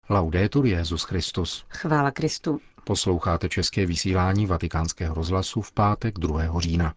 Laudetur Jesus Christus. Chvála Kristu. Posloucháte české vysílání Vatikánského rozhlasu v pátek 2. října.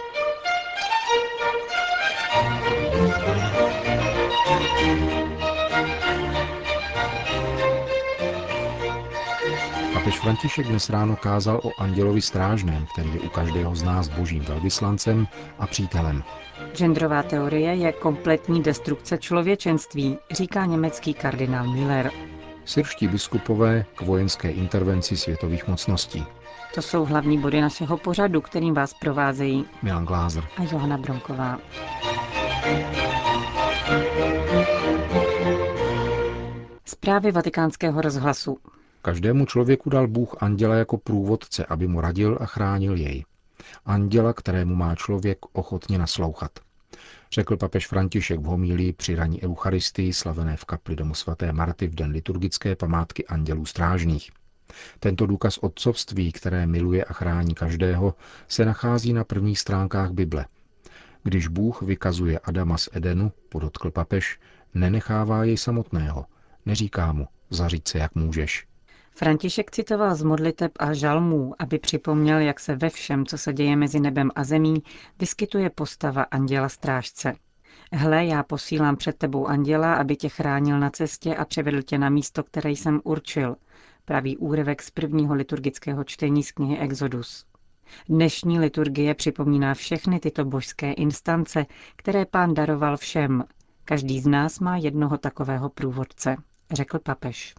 Papež František dnes ráno kázal o andělovi strážném, který je u každého z nás božím velvyslancem a přítelem. Genderová teorie je kompletní destrukce člověčenství, říká německý kardinál Müller. Syrští biskupové k vojenské intervenci světových mocností. To jsou hlavní body našeho pořadu, kterým vás provázejí Milan Glázer a Johana Bronková. Zprávy Vatikánského rozhlasu. Každému člověku dal Bůh anděla jako průvodce, aby mu radil a chránil jej. Anděla, kterému má člověk ochotně naslouchat. Řekl papež František v homílii při ranní eucharistii slavené v kapli domu svaté Marty v den liturgické památky andělů strážných. Tento důkaz otcovství, které miluje a chrání každého, se nachází na prvních stránkách Bible. Když Bůh vykazuje Adama z Edenu, podotkl papež, nenechává jej samotného, neříká mu, zařiď se jak můžeš. František citoval z modliteb a žalmů, aby připomněl, jak se ve všem, co se děje mezi nebem a zemí, vyskytuje postava anděla strážce. Hle, já posílám před tebou anděla, aby tě chránil na cestě a převedl tě na místo, které jsem určil, praví úryvek z prvního liturgického čtení z knihy Exodus. Dnešní liturgie připomíná všechny tyto božské instance, které Pán daroval všem. Každý z nás má jednoho takového průvodce, řekl papež.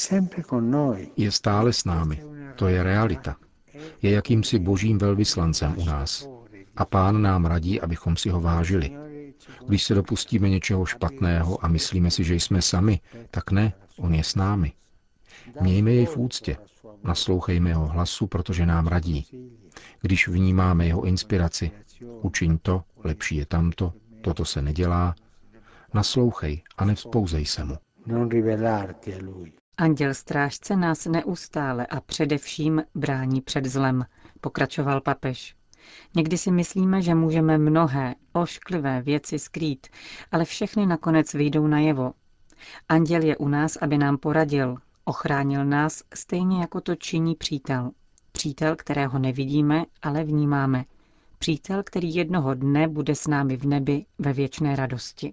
Je stále s námi. To je realita. Je jakýmsi božím velvyslancem u nás. A Pán nám radí, abychom si ho vážili. Když se dopustíme něčeho špatného a myslíme si, že jsme sami, tak ne, on je s námi. Mějme jej v úctě. Naslouchejme jeho hlasu, protože nám radí. Když vnímáme jeho inspiraci, učiň to, lepší je tamto, toto se nedělá, naslouchej a nevzpouzej se mu. Anděl strážce nás neustále a především brání před zlem, pokračoval papež. Někdy si myslíme, že můžeme mnohé ošklivé věci skrýt, ale všechny nakonec vyjdou najevo. Anděl je u nás, aby nám poradil, ochránil nás stejně jako to činí přítel. Přítel, kterého nevidíme, ale vnímáme. Přítel, který jednoho dne bude s námi v nebi ve věčné radosti.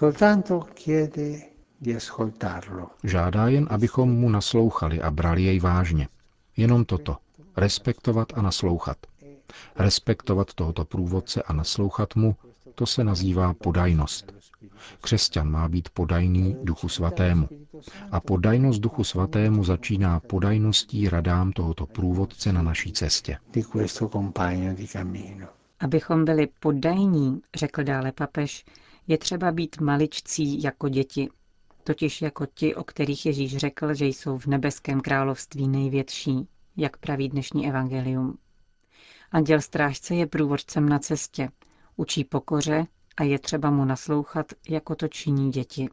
Žádá jen, abychom mu naslouchali a brali jej vážně. Jenom toto. Respektovat a naslouchat. Respektovat tohoto průvodce a naslouchat mu, to se nazývá podajnost. Křesťan má být podajný Duchu Svatému. A podajnost Duchu Svatému začíná podajností radám tohoto průvodce na naší cestě. Abychom byli poddajní, řekl dále papež, je třeba být maličcí jako děti. Totiž jako ti, o kterých Ježíš řekl, že jsou v nebeském království největší, jak praví dnešní evangelium. Anděl strážce je průvodcem na cestě, učí pokoře a je třeba mu naslouchat, jako to činí děti.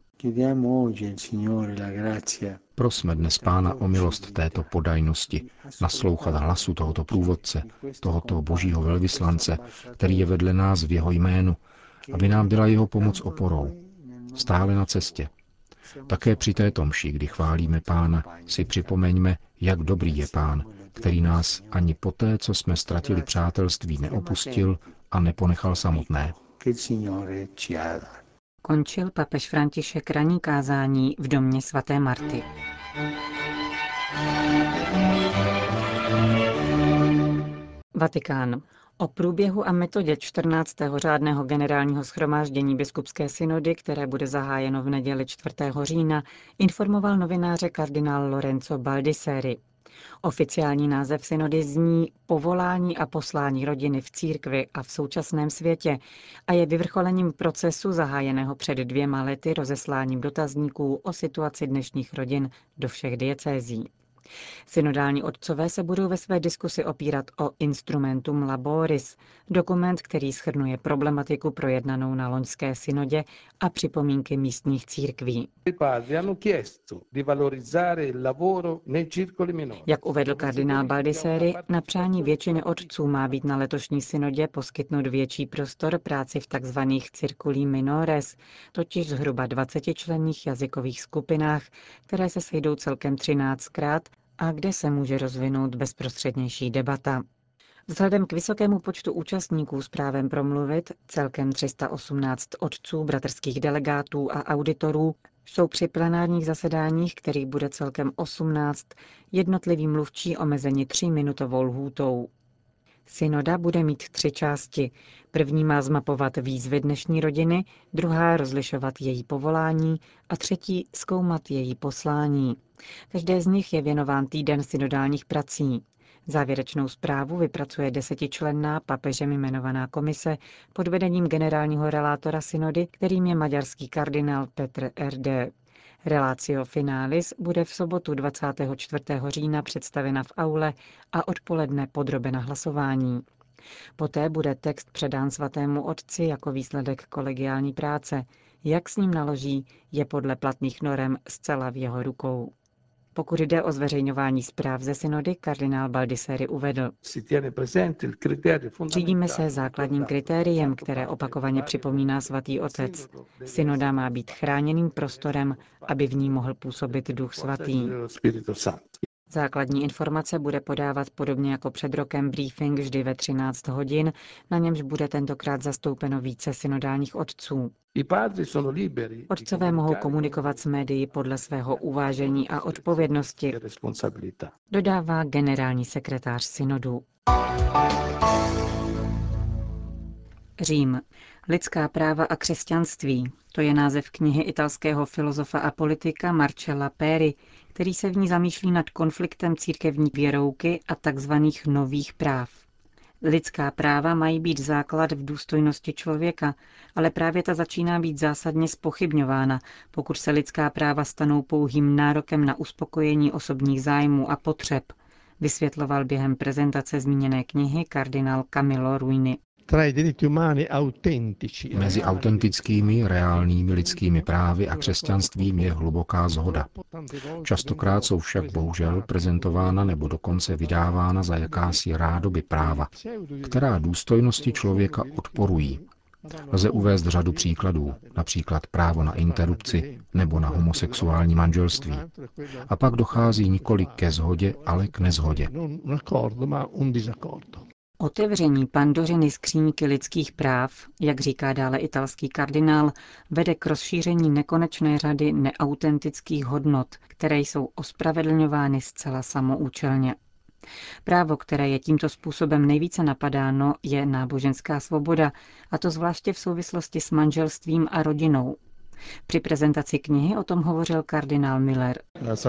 Prosme dnes Pána o milost této podajnosti, naslouchat hlasu tohoto průvodce, tohoto božího velvyslance, který je vedle nás v jeho jménu, aby nám byla jeho pomoc oporou. Stále na cestě. Také při této mši, kdy chválíme Pána, si připomeňme, jak dobrý je Pán, který nás ani poté, co jsme ztratili přátelství, neopustil a neponechal samotné. Končil papež František ranní kázání v domě svaté Marty. Vatikán. O průběhu a metodě 14. řádného generálního shromáždění biskupské synody, které bude zahájeno v neděli 4. října, informoval novináře kardinál Lorenzo Baldisseri. Oficiální název synody zní Povolání a poslání rodiny v církvi a v současném světě a je vyvrcholením procesu zahájeného před 2 lety rozesláním dotazníků o situaci dnešních rodin do všech diecézí. Synodální otcové se budou ve své diskusi opírat o Instrumentum Laboris, dokument, který shrnuje problematiku projednanou na loňské synodě a připomínky místních církví. Jak uvedl kardinál Baldisseri, na přání většiny otců má být na letošní synodě poskytnut větší prostor práci v tzv. Circuli minores, totiž zhruba 20členných jazykových skupinách, které se sejdou celkem 13krát a kde se může rozvinout bezprostřednější debata. Vzhledem k vysokému počtu účastníků s právem promluvit, celkem 318 otců, bratrských delegátů a auditorů, jsou při plenárních zasedáních, kterých bude celkem 18, jednotliví mluvčí omezeni 3minutovou lhůtou. Synoda bude mít 3 části. První má zmapovat výzvy dnešní rodiny, druhá rozlišovat její povolání a třetí zkoumat její poslání. Každé z nich je věnován týden synodálních prací. Závěrečnou zprávu vypracuje 10členná papežem jmenovaná komise pod vedením generálního relátora synody, kterým je maďarský kardinál Petr R.D. Relatio finalis bude v sobotu 24. října představena v aule a odpoledne podrobena hlasování. Poté bude text předán svatému otci jako výsledek kolegiální práce. Jak s ním naloží, je podle platných norem zcela v jeho rukou. Pokud jde o zveřejňování zpráv ze synody, kardinál Baldisseri uvedl: Řídíme se základním kritériem, které opakovaně připomíná svatý otec. Synoda má být chráněným prostorem, aby v ní mohl působit Duch svatý. Základní informace bude podávat podobně jako před rokem briefing vždy ve 13 hodin, na němž bude tentokrát zastoupeno více synodálních otců. Otcové mohou komunikovat s médii podle svého uvážení a odpovědnosti, dodává generální sekretář synodu. Řím. Lidská práva a křesťanství. To je název knihy italského filozofa a politika Marcella Peri, který se v ní zamýšlí nad konfliktem církevní věrouky a takzvaných nových práv. Lidská práva mají být základ v důstojnosti člověka, ale právě ta začíná být zásadně zpochybňována, pokud se lidská práva stanou pouhým nárokem na uspokojení osobních zájmů a potřeb, vysvětloval během prezentace zmíněné knihy kardinál Camillo Ruini. Mezi autentickými, reálnými lidskými právy a křesťanstvím je hluboká shoda. Častokrát jsou však bohužel prezentována nebo dokonce vydávána za jakási rádoby práva, která důstojnosti člověka odporují. Lze uvést řadu příkladů, například právo na interrupci nebo na homosexuální manželství. A pak dochází nikoli ke shodě, ale k neshodě. Otevření Pandořiny skříňky lidských práv, jak říká dále italský kardinál, vede k rozšíření nekonečné řady neautentických hodnot, které jsou ospravedlňovány zcela samoučelně. Právo, které je tímto způsobem nejvíce napadáno, je náboženská svoboda, a to zvláště v souvislosti s manželstvím a rodinou. Při prezentaci knihy o tom hovořil kardinál Miller.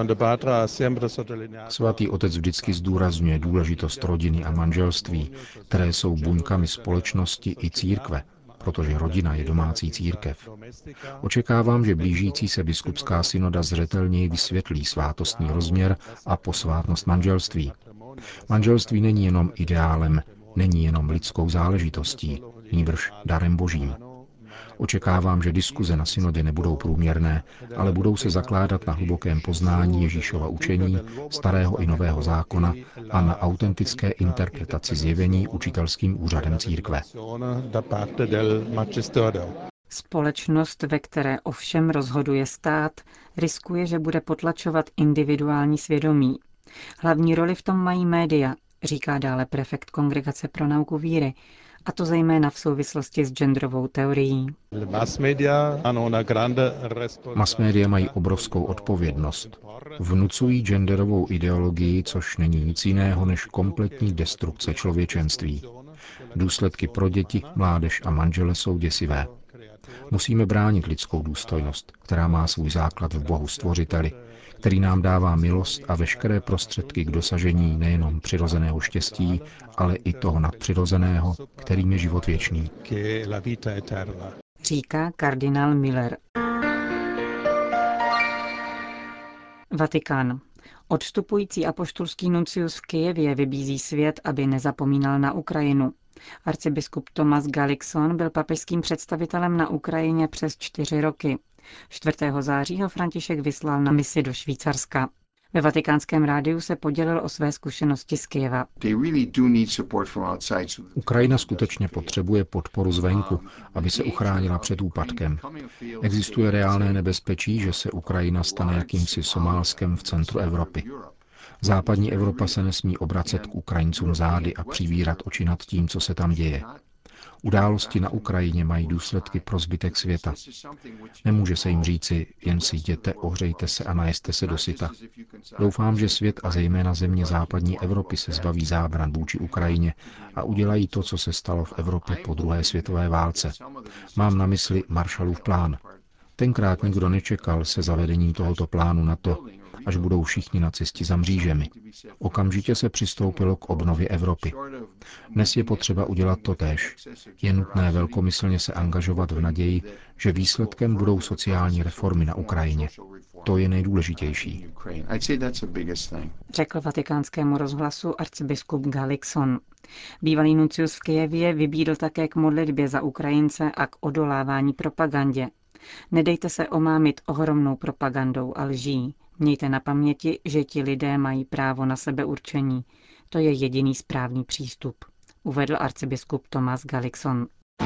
Svatý otec vždycky zdůrazňuje důležitost rodiny a manželství, které jsou buňkami společnosti i církve, protože rodina je domácí církev. Očekávám, že blížící se biskupská synoda zřetelněji vysvětlí svátostný rozměr a posvátnost manželství. Manželství není jenom ideálem, není jenom lidskou záležitostí, nýbrž darem božím. Očekávám, že diskuze na synodě nebudou průměrné, ale budou se zakládat na hlubokém poznání Ježíšova učení, starého i nového zákona a na autentické interpretaci zjevení učitelským úřadem církve. Společnost, ve které ovšem rozhoduje stát, riskuje, že bude potlačovat individuální svědomí. Hlavní roli v tom mají média, říká dále prefekt Kongregace pro nauku víry, a to zejména v souvislosti s genderovou teorií. Mass media mají obrovskou odpovědnost. Vnucují genderovou ideologii, což není nic jiného než kompletní destrukce člověčenství. Důsledky pro děti, mládež a manžele jsou děsivé. Musíme bránit lidskou důstojnost, která má svůj základ v Bohu Stvořiteli, který nám dává milost a veškeré prostředky k dosažení nejenom přirozeného štěstí, ale i toho nadpřirozeného, kterým je život věčný. Říká kardinál Miller. Vatikán. Odstupující apoštolský nuncius v Kyjevě vybízí svět, aby nezapomínal na Ukrajinu. Arcibiskup Tomas Galikson byl papežským představitelem na Ukrajině přes 4 roky. 4. září ho František vyslal na misi do Švýcarska. Ve Vatikánském rádiu se podělil o své zkušenosti z Kyjeva. Ukrajina skutečně potřebuje podporu zvenku, aby se uchránila před úpadkem. Existuje reálné nebezpečí, že se Ukrajina stane jakýmsi Somálskem v centru Evropy. Západní Evropa se nesmí obracet k Ukrajincům zády a přivírat oči nad tím, co se tam děje. Události na Ukrajině mají důsledky pro zbytek světa. Nemůže se jim říci, jen si jděte, ohřejte se a najeste se dosyta. Doufám, že svět a zejména země západní Evropy se zbaví zábran vůči Ukrajině a udělají to, co se stalo v Evropě po druhé světové válce. Mám na mysli Marshallův plán. Tenkrát nikdo nečekal se zavedením tohoto plánu na to, až budou všichni nacisti za mřížemi. Okamžitě se přistoupilo k obnově Evropy. Dnes je potřeba udělat totéž. Je nutné velkomyslně se angažovat v naději, že výsledkem budou sociální reformy na Ukrajině. To je nejdůležitější. Řekl Vatikánskému rozhlasu arcibiskup Galikson. Bývalý nuncius v Kyjevě vybídl také k modlitbě za Ukrajince a k odolávání propagandě. Nedejte se omámit ohromnou propagandou a lží. Mějte na paměti, že ti lidé mají právo na sebeurčení. To je jediný správný přístup, uvedl arcibiskup Tomas Galikson.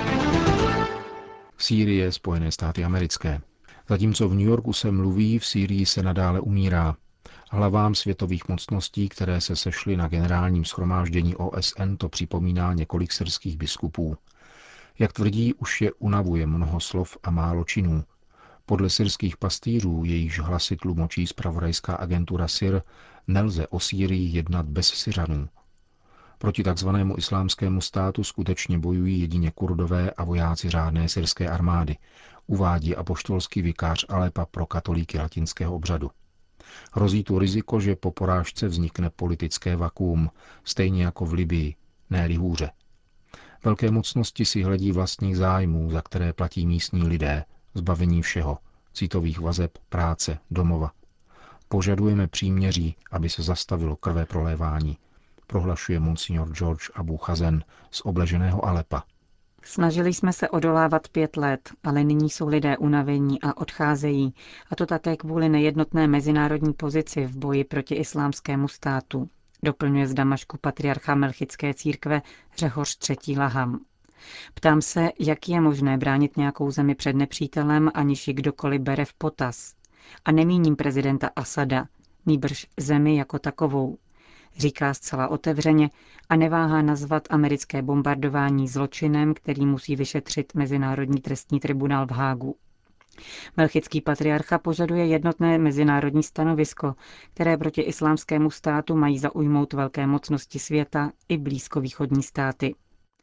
Sýrie, Spojené státy americké. Zatímco v New Yorku se mluví, v Sýrii se nadále umírá. Hlavám světových mocností, které se sešly na generálním shromáždění OSN, to připomíná několik syrských biskupů. Jak tvrdí, už je unavuje mnoho slov a málo činů. Podle syrských pastýřů, jejichž hlasy tlumočí zpravodajská agentura SIR, nelze o Sýrii jednat bez Syřanů. Proti takzvanému islámskému státu skutečně bojují jedině Kurdové a vojáci řádné syrské armády, uvádí apoštolský vikář Alepa pro katolíky latinského obřadu. Hrozí tu riziko, že po porážce vznikne politické vakuum, stejně jako v Libyi, ne-li hůře. Velké mocnosti si hledí vlastních zájmů, za které platí místní lidé, zbavení všeho, citových vazeb, práce, domova. Požadujeme příměří, aby se zastavilo krve prolévání, prohlašuje monsignor George Abu Chazen z obleženého Alepa. Snažili jsme se odolávat 5 let, ale nyní jsou lidé unavení a odcházejí, a to také kvůli nejednotné mezinárodní pozici v boji proti islámskému státu, doplňuje z Damašku patriarcha Melchické církve Řehoř III. Laham. Ptám se, jak je možné bránit nějakou zemi před nepřítelem, aniž ji kdokoliv bere v potaz. A nemíním prezidenta Asada, nýbrž zemi jako takovou. Říká zcela otevřeně a neváhá nazvat americké bombardování zločinem, který musí vyšetřit Mezinárodní trestní tribunál v Hágu. Melchický patriarcha požaduje jednotné mezinárodní stanovisko, které proti islámskému státu mají zaujmout velké mocnosti světa i blízkovýchodní státy.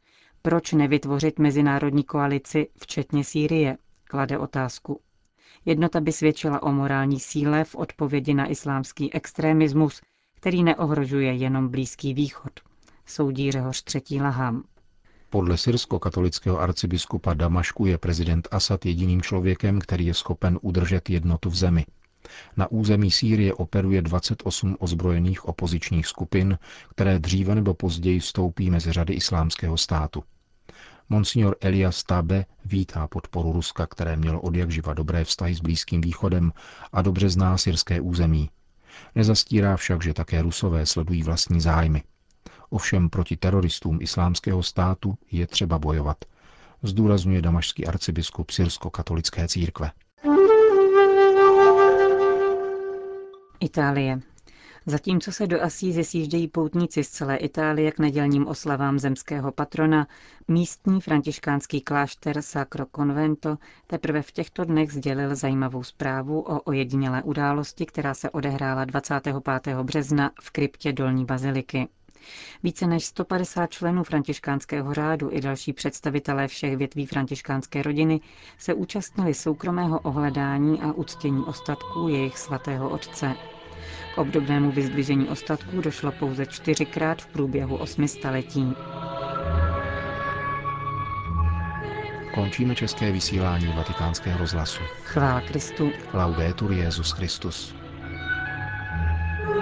Proč nevytvořit mezinárodní koalici, včetně Sýrie? Klade otázku. Jednota by svědčila o morální síle v odpovědi na islámský extremismus, který neohrožuje jenom Blízký východ, soudí Řehoř III. Laham. Podle syrsko-katolického arcibiskupa Damašku je prezident Asad jediným člověkem, který je schopen udržet jednotu v zemi. Na území Sýrie operuje 28 ozbrojených opozičních skupin, které dříve nebo později vstoupí mezi řady islámského státu. Monsignor Elias Tabe vítá podporu Ruska, které mělo odjakživa dobré vztahy s Blízkým východem a dobře zná syrské území. Nezastírá však, že také Rusové sledují vlastní zájmy. Ovšem proti teroristům islámského státu je třeba bojovat, zdůrazňuje damašský arcibiskup syrsko-katolické církve. Itálie. Zatímco se do Asízy sjíždějí poutníci z celé Itálie k nedělním oslavám zemského patrona, místní františkánský klášter Sacro Convento teprve v těchto dnech sdělil zajímavou zprávu o ojedinělé události, která se odehrála 25. března v kryptě Dolní baziliky. Více než 150 členů františkánského řádu i další představitelé všech větví františkánské rodiny se účastnili soukromého ohledání a uctění ostatků jejich svatého otce. K obdobnému vyzdvižení ostatků došlo pouze 4krát v průběhu 8 staletí. Končíme české vysílání Vatikánského rozhlasu. Chvála Kristu. Laudetur Jesus Christus.